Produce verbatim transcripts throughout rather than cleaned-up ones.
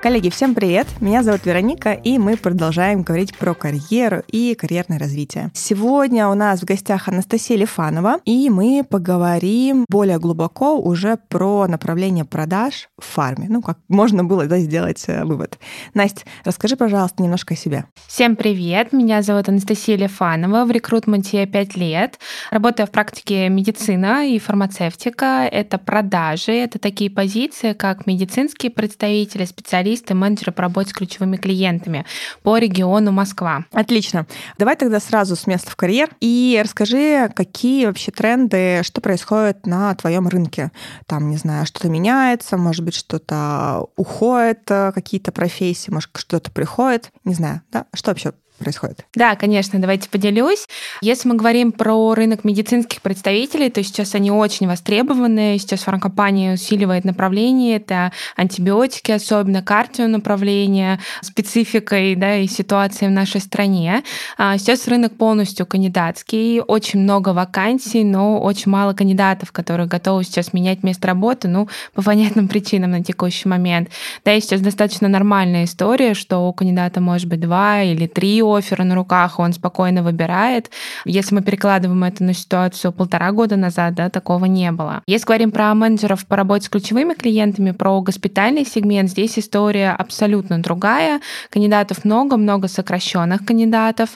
Коллеги, всем привет! Меня зовут Вероника, и мы продолжаем говорить про карьеру и карьерное развитие. Сегодня у нас в гостях Анастасия Лифанова, и мы поговорим более глубоко уже про направление продаж в фарме. Ну, как можно было да, сделать вывод. Настя, расскажи, пожалуйста, немножко о себе. Всем привет! Меня зовут Анастасия Лифанова. В рекрутменте я пять лет. Работаю в практике медицина и фармацевтика. Это продажи, это такие позиции, как медицинские представители, специалисты, менеджеры по работе с ключевыми клиентами по региону Москва. Отлично. Давай тогда сразу с места в карьер и расскажи, какие вообще тренды, что происходит на твоем рынке. Там, не знаю, что-то меняется, может быть, что-то уходит, какие-то профессии, может, что-то приходит. Не знаю, да? Что вообще происходит? Да, конечно, давайте поделюсь. Если мы говорим про рынок медицинских представителей, то сейчас они очень востребованы. Сейчас фармкомпания усиливает направление. Это антибиотики, особенно кардио направление, спецификой да, и ситуацией в нашей стране. Сейчас рынок полностью кандидатский. Очень много вакансий, но очень мало кандидатов, которые готовы сейчас менять место работы, ну, по понятным причинам на текущий момент. Да, и сейчас достаточно нормальная история, что у кандидата может быть два или три оффера на руках, он спокойно выбирает. Если мы перекладываем это на ситуацию полтора года назад, да, такого не было. Если говорим про менеджеров по работе с ключевыми клиентами, про госпитальный сегмент, здесь история абсолютно другая. Кандидатов много, много сокращенных кандидатов.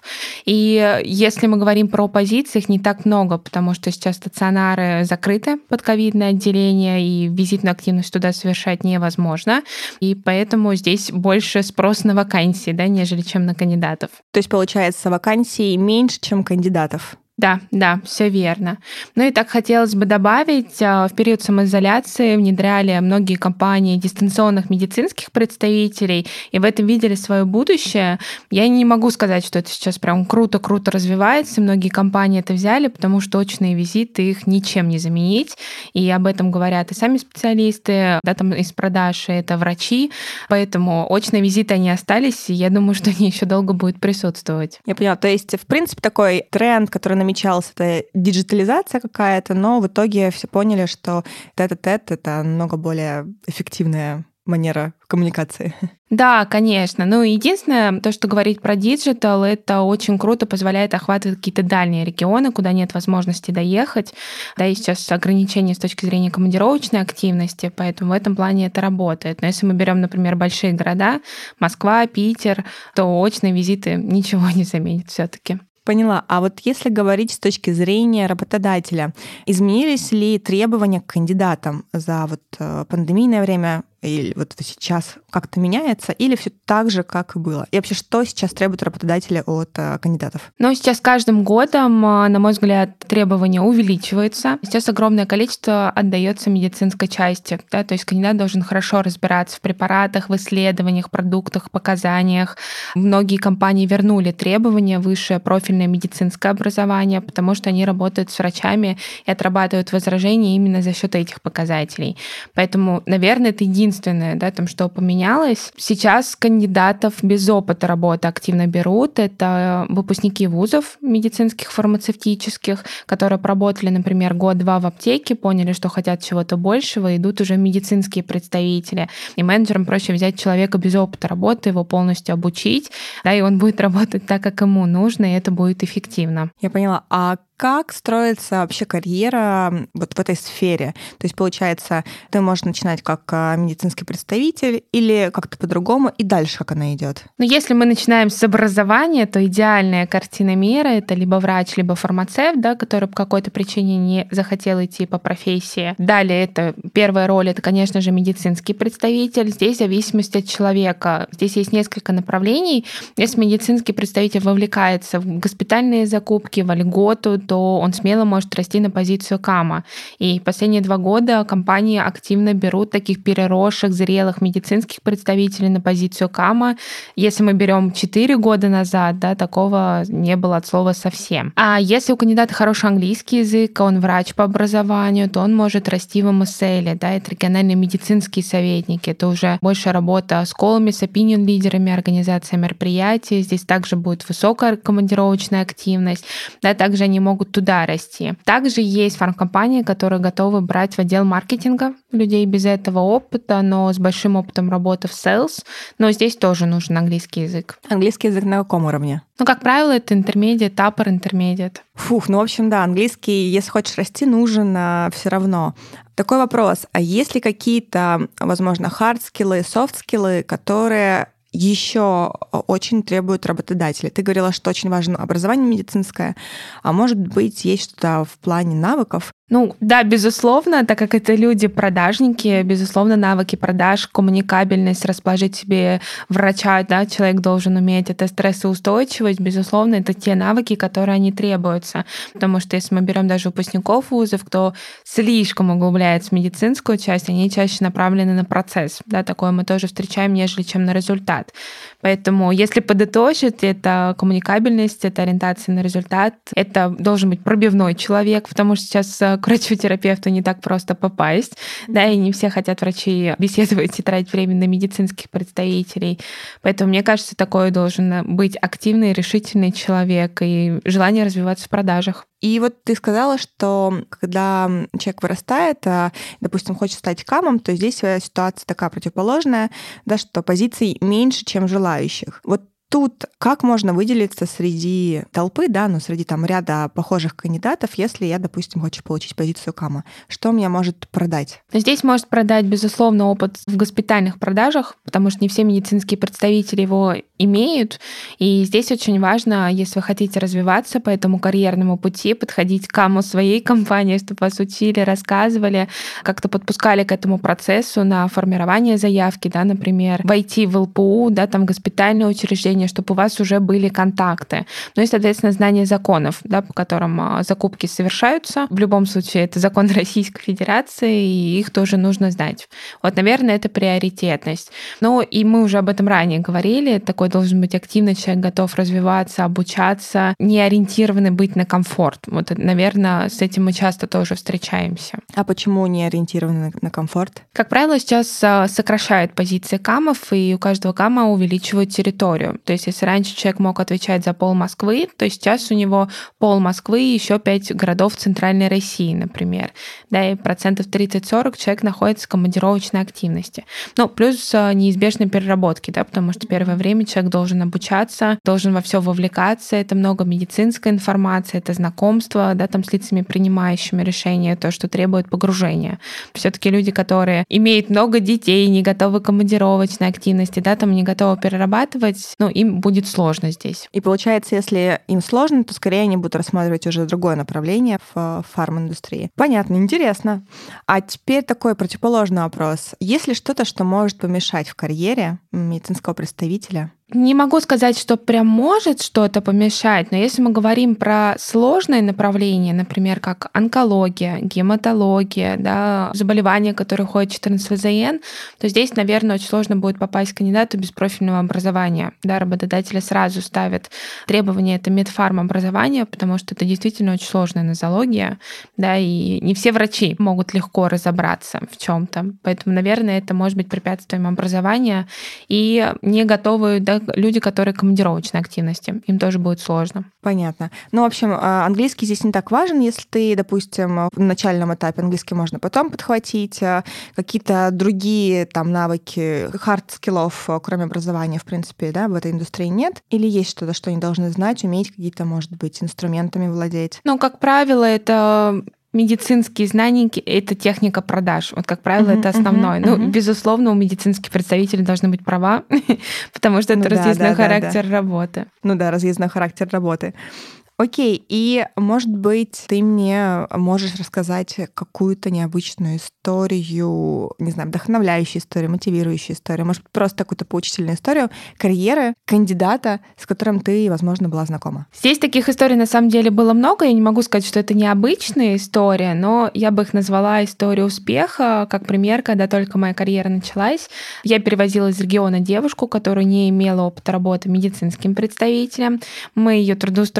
И если мы говорим про позиции, их не так много, потому что сейчас стационары закрыты под ковидное отделение, и визитную активность туда совершать невозможно. И поэтому здесь больше спрос на вакансии, да, нежели чем на кандидатов. То есть, получается, вакансий меньше, чем кандидатов? Да, да, все верно. Ну и так хотелось бы добавить, в период самоизоляции внедряли многие компании дистанционных медицинских представителей, и в этом видели свое будущее. Я не могу сказать, что это сейчас прям круто-круто развивается. Многие компании это взяли, потому что очные визиты их ничем не заменить, и об этом говорят и сами специалисты, да, там из продаж, и это врачи, поэтому очные визиты они остались, и я думаю, что они еще долго будут присутствовать. Я поняла. То есть, в принципе, такой тренд, который намечалась, это диджитализация какая-то, но в итоге все поняли, что тет-а-тет — это намного более эффективная манера коммуникации. Да, конечно. Ну, единственное, то, что говорить про диджитал, это очень круто позволяет охватывать какие-то дальние регионы, куда нет возможности доехать. Да, и сейчас ограничения с точки зрения командировочной активности, поэтому в этом плане это работает. Но если мы берем, например, большие города, Москва, Питер, то очные визиты ничего не заменят все-таки. Поняла. А вот если говорить с точки зрения работодателя, изменились ли требования к кандидатам за вот пандемийное время или вот сейчас как-то меняется, или все так же, как и было? И вообще, что сейчас требуют работодатели от кандидатов? Ну, сейчас каждым годом, на мой взгляд, требования увеличиваются. Сейчас огромное количество отдается медицинской части. Да? То есть кандидат должен хорошо разбираться в препаратах, в исследованиях, продуктах, показаниях. Многие компании вернули требования высшее профильное медицинское образование, потому что они работают с врачами и отрабатывают возражения именно за счет этих показателей. Поэтому, наверное, это единственное, да, там, что поменялось. Сейчас кандидатов без опыта работы активно берут. Это выпускники вузов медицинских, фармацевтических, которые поработали, например, год-два в аптеке, поняли, что хотят чего-то большего, идут уже медицинские представители. И менеджерам проще взять человека без опыта работы, его полностью обучить, да, и он будет работать так, как ему нужно, и это будет эффективно. Я поняла. А как строится вообще карьера вот в этой сфере? То есть, получается, ты можешь начинать как медицинский представитель или как-то по-другому, и дальше как она идет? Ну, если мы начинаем с образования, то идеальная картина мира — это либо врач, либо фармацевт, да, который по какой-то причине не захотел идти по профессии. Далее это первая роль, это, конечно же, медицинский представитель. Здесь зависимость от человека. Здесь есть несколько направлений. Если медицинский представитель вовлекается в госпитальные закупки, в льготу, то он смело может расти на позицию кама. И последние два года компании активно берут таких переросших, зрелых медицинских представителей на позицию кама. Если мы берем четыре года назад, да, такого не было от слова совсем. А если у кандидата хороший английский язык, он врач по образованию, то он может расти в эм эс эл, да, это региональные медицинские советники. Это уже больше работа с колами, с опинион-лидерами, организация мероприятий. Здесь также будет высокая командировочная активность. Да, также они могут могут туда расти. Также есть фармкомпании, которые готовы брать в отдел маркетинга людей без этого опыта, но с большим опытом работы в sales. Но здесь тоже нужен английский язык. Английский язык на каком уровне? Ну, как правило, это intermediate, upper intermediate. Фух, ну, в общем, да, английский, если хочешь расти, нужен а, все равно. Такой вопрос. А есть ли какие-то, возможно, hard-скиллы, soft-скиллы, которые еще очень требуют работодателя? Ты говорила, что очень важно образование медицинское, а может быть, есть что-то в плане навыков? Ну да, безусловно, так как это люди-продажники, безусловно, навыки продаж, коммуникабельность, расположить себе врача, да, человек должен уметь, это стрессоустойчивость, безусловно, это те навыки, которые они требуются. Потому что если мы берем даже выпускников вузов, кто слишком углубляется в медицинскую часть, они чаще направлены на процесс. Да, такое мы тоже встречаем, нежели чем на результат. Поэтому, если подытожить, это коммуникабельность, это ориентация на результат, это должен быть пробивной человек, потому что сейчас к врачу-терапевту не так просто попасть, да, и не все хотят врачи беседовать и тратить время на медицинских представителей. Поэтому, мне кажется, такой должен быть активный, решительный человек и желание развиваться в продажах. И вот ты сказала, что когда человек вырастает, допустим, хочет стать камом, то здесь ситуация такая противоположная, да, что позиций меньше, чем желающих. Вот тут как можно выделиться среди толпы, да, ну, среди там ряда похожих кандидатов, если я, допустим, хочу получить позицию кама? Что меня может продать? Здесь может продать, безусловно, опыт в госпитальных продажах, потому что не все медицинские представители его имеют. И здесь очень важно, если вы хотите развиваться по этому карьерному пути, подходить к каму своей компании, чтобы вас учили, рассказывали, как-то подпускали к этому процессу на формирование заявки, да, например, войти в эл пэ у, да, там госпитальное учреждение, чтобы у вас уже были контакты. Ну и, соответственно, знание законов, да, по которым закупки совершаются. В любом случае, это закон Российской Федерации, и их тоже нужно знать. Вот, наверное, это приоритетность. Ну и мы уже об этом ранее говорили. Такой должен быть активный человек, готов развиваться, обучаться, не ориентированный быть на комфорт. Вот, наверное, с этим мы часто тоже встречаемся. А почему не ориентированный на комфорт? Как правило, сейчас сокращают позиции камов, и у каждого кама увеличивают территорию. То есть, если раньше человек мог отвечать за пол Москвы, то сейчас у него пол Москвы и еще пять городов Центральной России, например. Да, и процентов тридцать-сорок человек находится в командировочной активности. Ну, плюс неизбежной переработки, да, потому что первое время человек должен обучаться, должен во все вовлекаться. Это много медицинской информации, это знакомство, да, там с лицами, принимающими решения, то, что требует погружения. Все-таки люди, которые имеют много детей, не готовы к командировочной активности, да, там не готовы перерабатывать, ну, им будет сложно здесь. И получается, если им сложно, то скорее они будут рассматривать уже другое направление в фарм-индустрии. Понятно, интересно. А теперь такой противоположный вопрос. Есть ли что-то, что может помешать в карьере медицинского представителя? Не могу сказать, что прям может что-то помешать, но если мы говорим про сложные направления, например, как онкология, гематология, да, заболевания, которые ходят в четырнадцать вэ зэ эн, то здесь, наверное, очень сложно будет попасть кандидату без профильного образования. Да, работодатели сразу ставят требования, это медфарм образование, потому что это действительно очень сложная нозология, да, и не все врачи могут легко разобраться в чем-то. Поэтому, наверное, это может быть препятствием образования, и не готовы, да, люди, которые в командировочной активности. Им тоже будет сложно. Понятно. Ну, в общем, английский здесь не так важен, если ты, допустим, в начальном этапе английский можно потом подхватить. Какие-то другие там навыки, хард-скиллов, кроме образования, в принципе, да, в этой индустрии нет? Или есть что-то, что они должны знать, уметь какие-то, может быть, инструментами владеть? Ну, как правило, это медицинские знания — это техника продаж. Вот, как правило, uh-huh, это основное. Uh-huh, uh-huh. Ну, безусловно, у медицинских представителей должны быть права, потому что это ну, разъездной да, характер да, да. работы. Ну да, разъездной характер работы. Окей, и, может быть, ты мне можешь рассказать какую-то необычную историю, не знаю, вдохновляющую историю, мотивирующую историю, может быть, просто какую-то поучительную историю карьеры кандидата, с которым ты, возможно, была знакома. Здесь таких историй, на самом деле, было много. Я не могу сказать, что это необычная история, но я бы их назвала историей успеха, как пример, когда только моя карьера началась. Я перевозила из региона девушку, которая не имела опыта работы медицинским представителем. Мы ее трудоустроили в фармкомпанию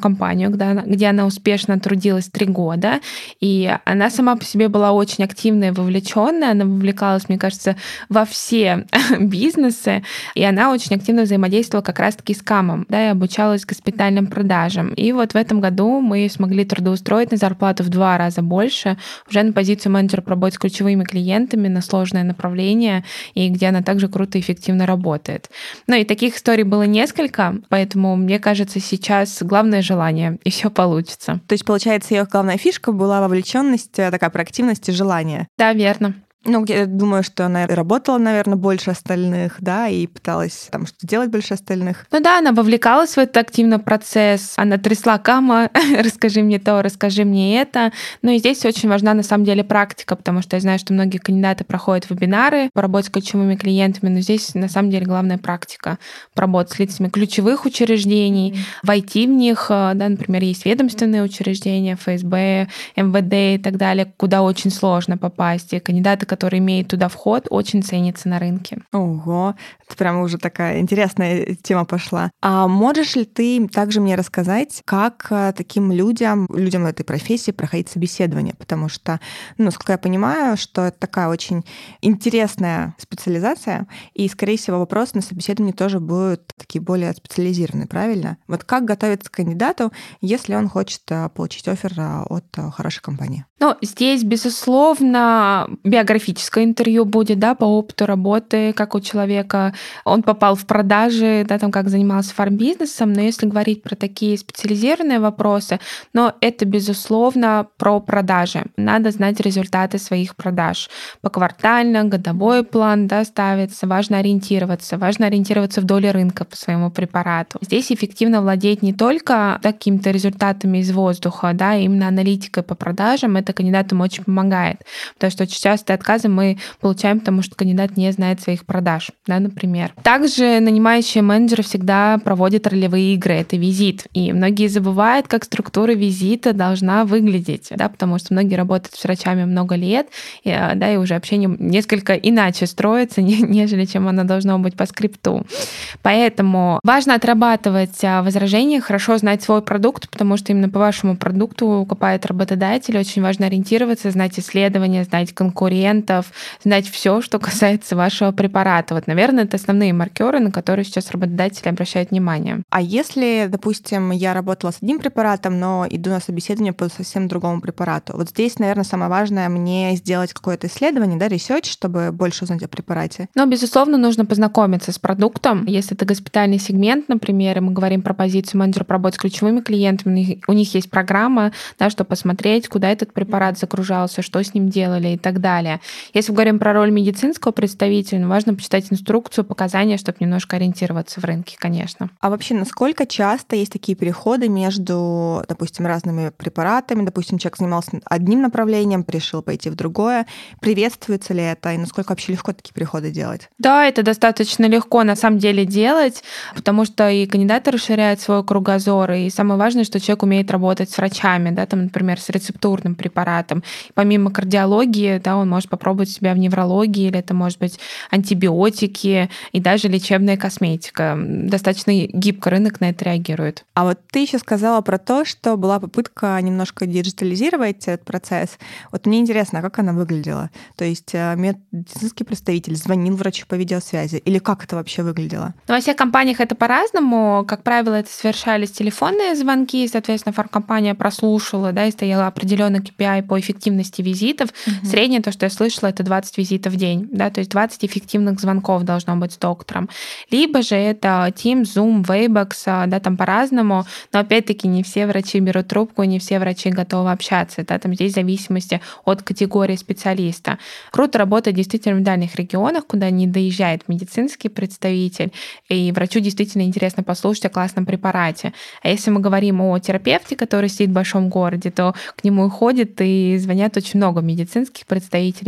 фармкомпанию, где она, где она успешно трудилась три года, и она сама по себе была очень активная и вовлеченная, она вовлекалась, мне кажется, во все бизнесы, и она очень активно взаимодействовала как раз-таки с КАМом, да, и обучалась госпитальным продажам. И вот в этом году мы смогли трудоустроить на зарплату в два раза больше, уже на позицию менеджера по работе с ключевыми клиентами, на сложное направление, и где она также круто и эффективно работает. Ну и таких историй было несколько, поэтому, мне кажется, сейчас главное желание, и все получится. То есть, получается, ее главная фишка была вовлеченность, такая проактивность и желание. Да, верно. Ну, я думаю, что она работала, наверное, больше остальных, да, и пыталась там что-то делать больше остальных. Ну да, она вовлекалась в этот активный процесс, она трясла КАМа, расскажи мне то, расскажи мне это. Ну и здесь очень важна на самом деле практика, потому что я знаю, что многие кандидаты проходят вебинары по работе с ключевыми клиентами, но здесь на самом деле главная практика работа с лицами ключевых учреждений, mm-hmm. войти в них, да, например, есть ведомственные учреждения, эф эс бэ, эм вэ дэ и так далее, куда очень сложно попасть, и кандидаты, который имеет туда вход, очень ценится на рынке. Ого, это прямо уже такая интересная тема пошла. А можешь ли ты также мне рассказать, как таким людям, людям этой профессии проходить собеседование? Потому что, ну, насколько я понимаю, что это такая очень интересная специализация, и, скорее всего, вопросы на собеседовании тоже будут такие более специализированные, правильно? Вот как готовиться к кандидату, если он хочет получить оффер от хорошей компании? Ну, здесь, безусловно, биографическое интервью будет, да, по опыту работы, как у человека он попал в продажи, да, там, как занимался фармбизнесом, но если говорить про такие специализированные вопросы, но это, безусловно, про продажи. Надо знать результаты своих продаж. Поквартально, годовой план, да, ставится, важно ориентироваться, важно ориентироваться в доле рынка по своему препарату. Здесь эффективно владеть не только да, какими-то результатами из воздуха, да, именно аналитикой по продажам, это кандидатам очень помогает, потому что очень часто отказы мы получаем, потому что кандидат не знает своих продаж, да, например. Также нанимающие менеджеры всегда проводят ролевые игры, это визит, и многие забывают, как структура визита должна выглядеть, да, потому что многие работают с врачами много лет, и, да, и уже общение несколько иначе строится, нежели чем оно должно быть по скрипту. Поэтому важно отрабатывать возражения, хорошо знать свой продукт, потому что именно по вашему продукту копает работодатель, очень важно ориентироваться, знать исследования, знать конкурентов, знать все, что касается вашего препарата. Вот, наверное, это основные маркеры, на которые сейчас работодатели обращают внимание. А если, допустим, я работала с одним препаратом, но иду на собеседование по совсем другому препарату, вот здесь, наверное, самое важное мне сделать какое-то исследование, да, ресерч, чтобы больше узнать о препарате. Но, безусловно, нужно познакомиться с продуктом. Если это госпитальный сегмент, например, и мы говорим про позицию менеджера по работе с ключевыми клиентами, у них есть программа, да, чтобы посмотреть, куда этот препарат загружался, что с ним делали и так далее. Если мы говорим про роль медицинского представителя, важно почитать инструкцию, показания, чтобы немножко ориентироваться в рынке, конечно. А вообще, насколько часто есть такие переходы между, допустим, разными препаратами? Допустим, человек занимался одним направлением, решил пойти в другое. Приветствуется ли это? И насколько вообще легко такие переходы делать? Да, это достаточно легко на самом деле делать, потому что и кандидаты расширяют свой кругозор, и самое важное, что человек умеет работать с врачами, да, там, например, с рецептурным препаратом. Помимо кардиологии, да, он может попробовать себя в неврологии, или это может быть антибиотики и даже лечебная косметика. Достаточно гибко рынок на это реагирует. А вот ты еще сказала про то, что была попытка немножко диджитализировать этот процесс. Вот мне интересно, как она выглядела? То есть медицинский представитель звонил врачу по видеосвязи, или как это вообще выглядело? Ну, во всех компаниях это по-разному. Как правило, это совершались телефонные звонки, соответственно, фармкомпания прослушала, да, и стояла определенный кей пи ай по эффективности визитов. Угу. Среднее, то, что я слышала, это двадцать визитов в день, да, то есть двадцать эффективных звонков должно быть с доктором. Либо же это Teams, Zoom, Webex, да, там по-разному, но опять-таки не все врачи берут трубку, не все врачи готовы общаться, да, там здесь в зависимости от категории специалиста. Круто работать действительно в дальних регионах, куда не доезжает медицинский представитель, и врачу действительно интересно послушать о классном препарате. А если мы говорим о терапевте, который сидит в большом городе, то к нему ходит и звонят очень много медицинских представителей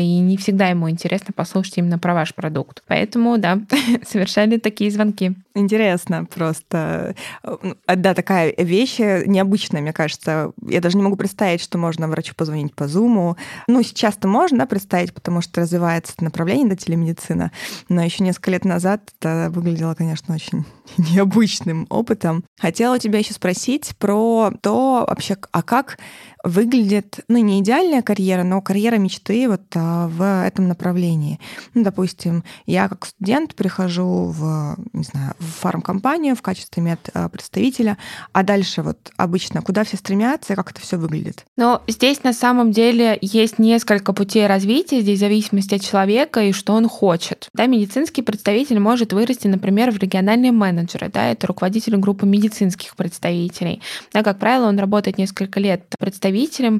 и не всегда ему интересно послушать именно про ваш продукт. Поэтому, да, совершали такие звонки. Интересно просто. Да, такая вещь необычная, мне кажется. Я даже не могу представить, что можно врачу позвонить по Zoom. Ну, сейчас-то можно представить, потому что развивается направление, да, телемедицина. Но еще несколько лет назад это выглядело, конечно, очень необычным опытом. Хотела у тебя еще спросить про то вообще, а как выглядит, ну, не идеальная карьера, но карьера мечты вот а, в этом направлении. Ну, допустим, я как студент прихожу в, не знаю, в фармкомпанию в качестве медпредставителя, а дальше вот обычно куда все стремятся и как это все выглядит? Но здесь на самом деле есть несколько путей развития, здесь в зависимости от человека и что он хочет. Да, медицинский представитель может вырасти, например, в региональные менеджеры, да, это руководитель группы медицинских представителей. Да, как правило, он работает несколько лет представителем,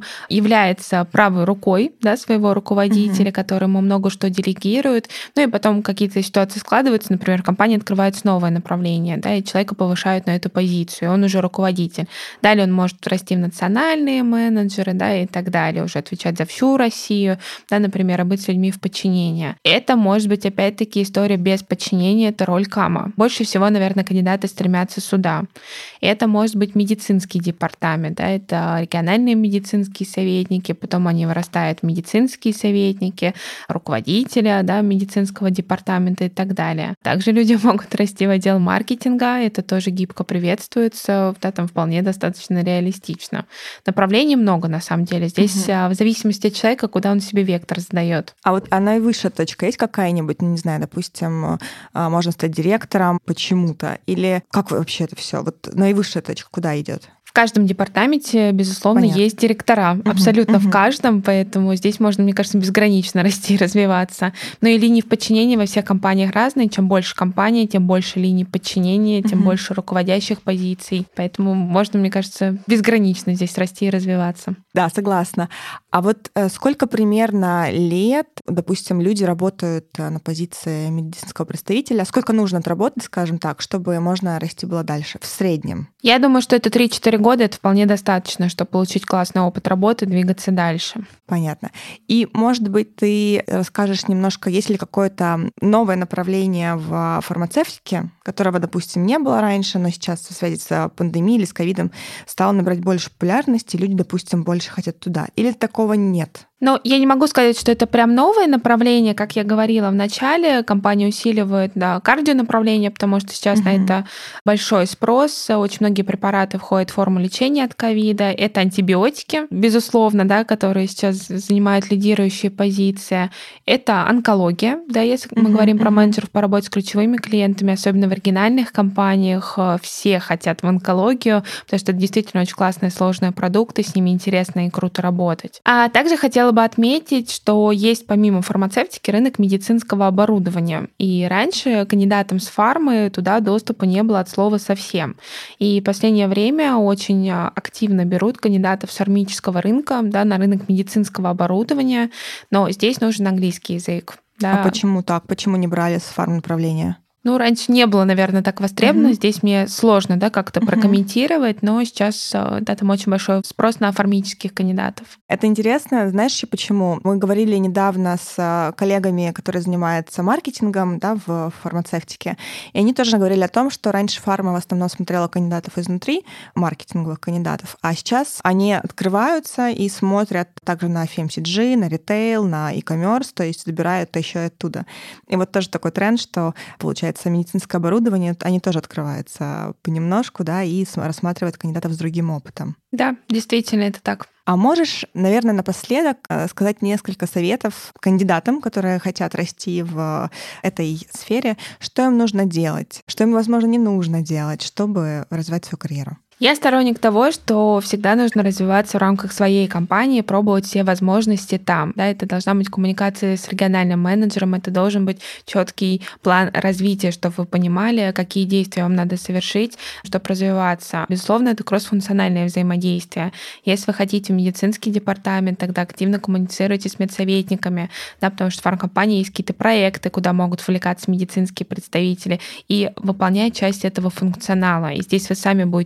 является правой рукой, да, своего руководителя, mm-hmm. который ему много что делегирует. Ну и потом какие-то ситуации складываются, например, компания открывает новое направление, да, и человека повышают на эту позицию, он уже руководитель. Далее он может расти в национальные менеджеры, да, и так далее, уже отвечать за всю Россию, да, например, и быть с людьми в подчинении. Это может быть, опять-таки, история без подчинения, это роль КАМа. Больше всего, наверное, кандидаты стремятся сюда. Это может быть медицинский департамент, да, это региональные медицинские советники, потом они вырастают в медицинские советники, руководителя, да, медицинского департамента и так далее. Также люди могут расти в отдел маркетинга, это тоже гибко приветствуется, да, там вполне достаточно реалистично. Направлений много, на самом деле. Здесь угу. в зависимости от человека, куда он себе вектор задает. А вот а наивысшая точка есть какая-нибудь, ну, не знаю, допустим, можно стать директором почему-то, или как вообще это все? Вот наивысшая точка куда идет? В каждом департаменте, безусловно, Понятно. Есть директора. Uh-huh, абсолютно uh-huh. в каждом, поэтому здесь можно, мне кажется, безгранично расти и развиваться. Но и линии в подчинении во всех компаниях разные. Чем больше компаний, тем больше линий подчинения, тем uh-huh. больше руководящих позиций. Поэтому можно, мне кажется, безгранично здесь расти и развиваться. Да, согласна. А вот сколько примерно лет, допустим, люди работают на позиции медицинского представителя? Сколько нужно отработать, скажем так, чтобы можно расти было дальше в среднем? Я думаю, что это три-четыре года, это вполне достаточно, чтобы получить классный опыт работы, двигаться дальше. Понятно. И, может быть, ты расскажешь немножко, есть ли какое-то новое направление в фармацевтике, которого, допустим, не было раньше, но сейчас в связи с пандемией или с ковидом стало набирать больше популярности, люди, допустим, больше хотят туда? Или такого нет? Но я не могу сказать, что это прям новое направление, как я говорила в начале. Компания усиливает, да, кардионаправление, потому что сейчас uh-huh. на это большой спрос. Очень многие препараты входят в форму лечения от ковида. Это антибиотики, безусловно, да, которые сейчас занимают лидирующие позиции. Это онкология, да, если uh-huh. мы говорим про менеджеров по работе с ключевыми клиентами, особенно в оригинальных компаниях, все хотят в онкологию, потому что это действительно очень классные, сложные продукты, с ними интересно и круто работать. А также хотела бы отметить, что есть помимо фармацевтики рынок медицинского оборудования. И раньше кандидатам с фармы туда доступа не было от слова совсем. И в последнее время очень активно берут кандидатов с фармического рынка, да, на рынок медицинского оборудования, но здесь нужен английский язык. Да. А почему так? Почему не брали с фарм-направления? Ну, раньше не было, наверное, так востребовано. Uh-huh. Здесь мне сложно, да, как-то uh-huh. прокомментировать, но сейчас, да, там очень большой спрос на фармических кандидатов. Это интересно. Знаешь, почему? Мы говорили недавно с коллегами, которые занимаются маркетингом, да, в фармацевтике, и они тоже говорили о том, что раньше фарма в основном смотрела кандидатов изнутри, маркетинговых кандидатов, а сейчас они открываются и смотрят также на эф эм си джи, на ритейл, на e-commerce, то есть забирают еще и оттуда. И вот тоже такой тренд, что, получается, медицинское оборудование, они тоже открываются понемножку, да, и рассматривают кандидатов с другим опытом. Да, действительно, это так. А можешь, наверное, напоследок сказать несколько советов кандидатам, которые хотят расти в этой сфере, что им нужно делать, что им, возможно, не нужно делать, чтобы развивать свою карьеру? Я сторонник того, что всегда нужно развиваться в рамках своей компании, пробовать все возможности там. Да, это должна быть коммуникация с региональным менеджером, это должен быть четкий план развития, чтобы вы понимали, какие действия вам надо совершить, чтобы развиваться. Безусловно, это кроссфункциональное взаимодействие. Если вы хотите в медицинский департамент, тогда активно коммуницируйте с медсоветниками, да, потому что в фармкомпании есть какие-то проекты, куда могут вовлекаться медицинские представители и выполнять часть этого функционала. И здесь вы сами будете понимать,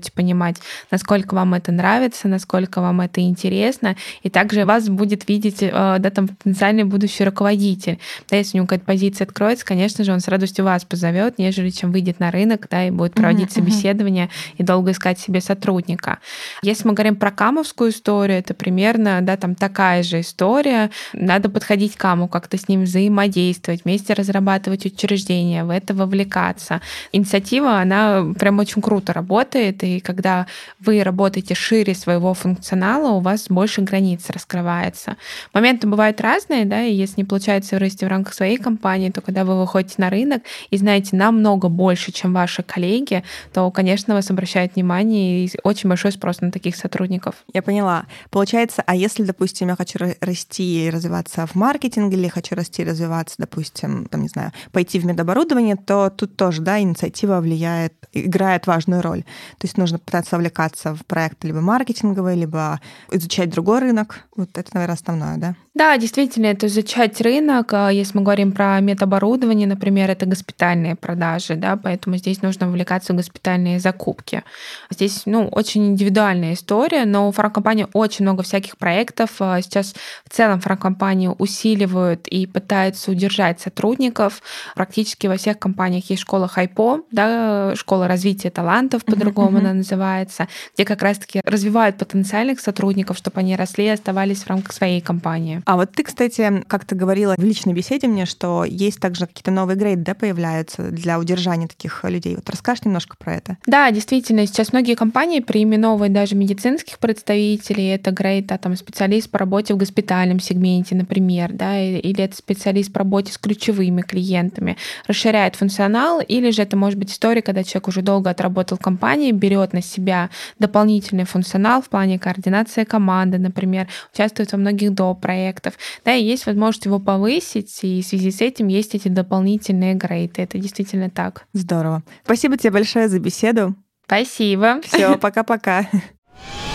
понимать, насколько вам это нравится, насколько вам это интересно, и также вас будет видеть, да, там потенциальный будущий руководитель. Да, если у него какая-то позиция откроется, конечно же, он с радостью вас позовет, нежели чем выйдет на рынок, да, и будет проводить uh-huh, собеседование uh-huh. и долго искать себе сотрудника. Если мы говорим про камовскую историю, это примерно, да, там такая же история. Надо подходить к каму, как-то с ним взаимодействовать, вместе разрабатывать учреждения, в это вовлекаться. Инициатива, она прям очень круто работает, и когда вы работаете шире своего функционала, у вас больше границ раскрывается. Моменты бывают разные, да, и если не получается вырасти в рамках своей компании, то когда вы выходите на рынок и знаете намного больше, чем ваши коллеги, то, конечно, вас обращают внимание, и очень большой спрос на таких сотрудников. Я поняла. Получается, а если, допустим, я хочу расти и развиваться в маркетинге, или хочу расти и развиваться, допустим, там, не знаю, пойти в медоборудование, то тут тоже, да, инициатива влияет, играет важную роль. То есть нужно пытаться вовлекаться в проект либо маркетинговый, либо изучать другой рынок. Вот это, наверное, основное, да? Да, действительно, это изучать рынок. Если мы говорим про медоборудование, например, это госпитальные продажи, да, поэтому здесь нужно вовлекаться в госпитальные закупки. Здесь, ну, очень индивидуальная история, но у фармкомпании очень много всяких проектов. Сейчас в целом фармкомпании усиливают и пытаются удержать сотрудников. Практически во всех компаниях есть школа Хайпо, да, школа развития талантов, по-другому uh-huh, uh-huh. она называется, где как раз-таки развивают потенциальных сотрудников, чтобы они росли и оставались в рамках своей компании. А вот ты, кстати, как-то говорила в личной беседе мне, что есть также какие-то новые грейды, да, появляются для удержания таких людей. Вот расскажешь немножко про это? Да, действительно, сейчас многие компании переименовывают даже медицинских представителей. Это грейд, да, там специалист по работе в госпитальном сегменте, например, да, или это специалист по работе с ключевыми клиентами. Расширяет функционал, или же это может быть история, когда человек уже долго отработал в компании, берет на себя дополнительный функционал в плане координации команды, например, участвует во многих доп. Проектах. Да, и есть возможность его повысить, и в связи с этим есть эти дополнительные грейды. Это действительно так. Здорово. Спасибо тебе большое за беседу. Спасибо. Все, пока-пока.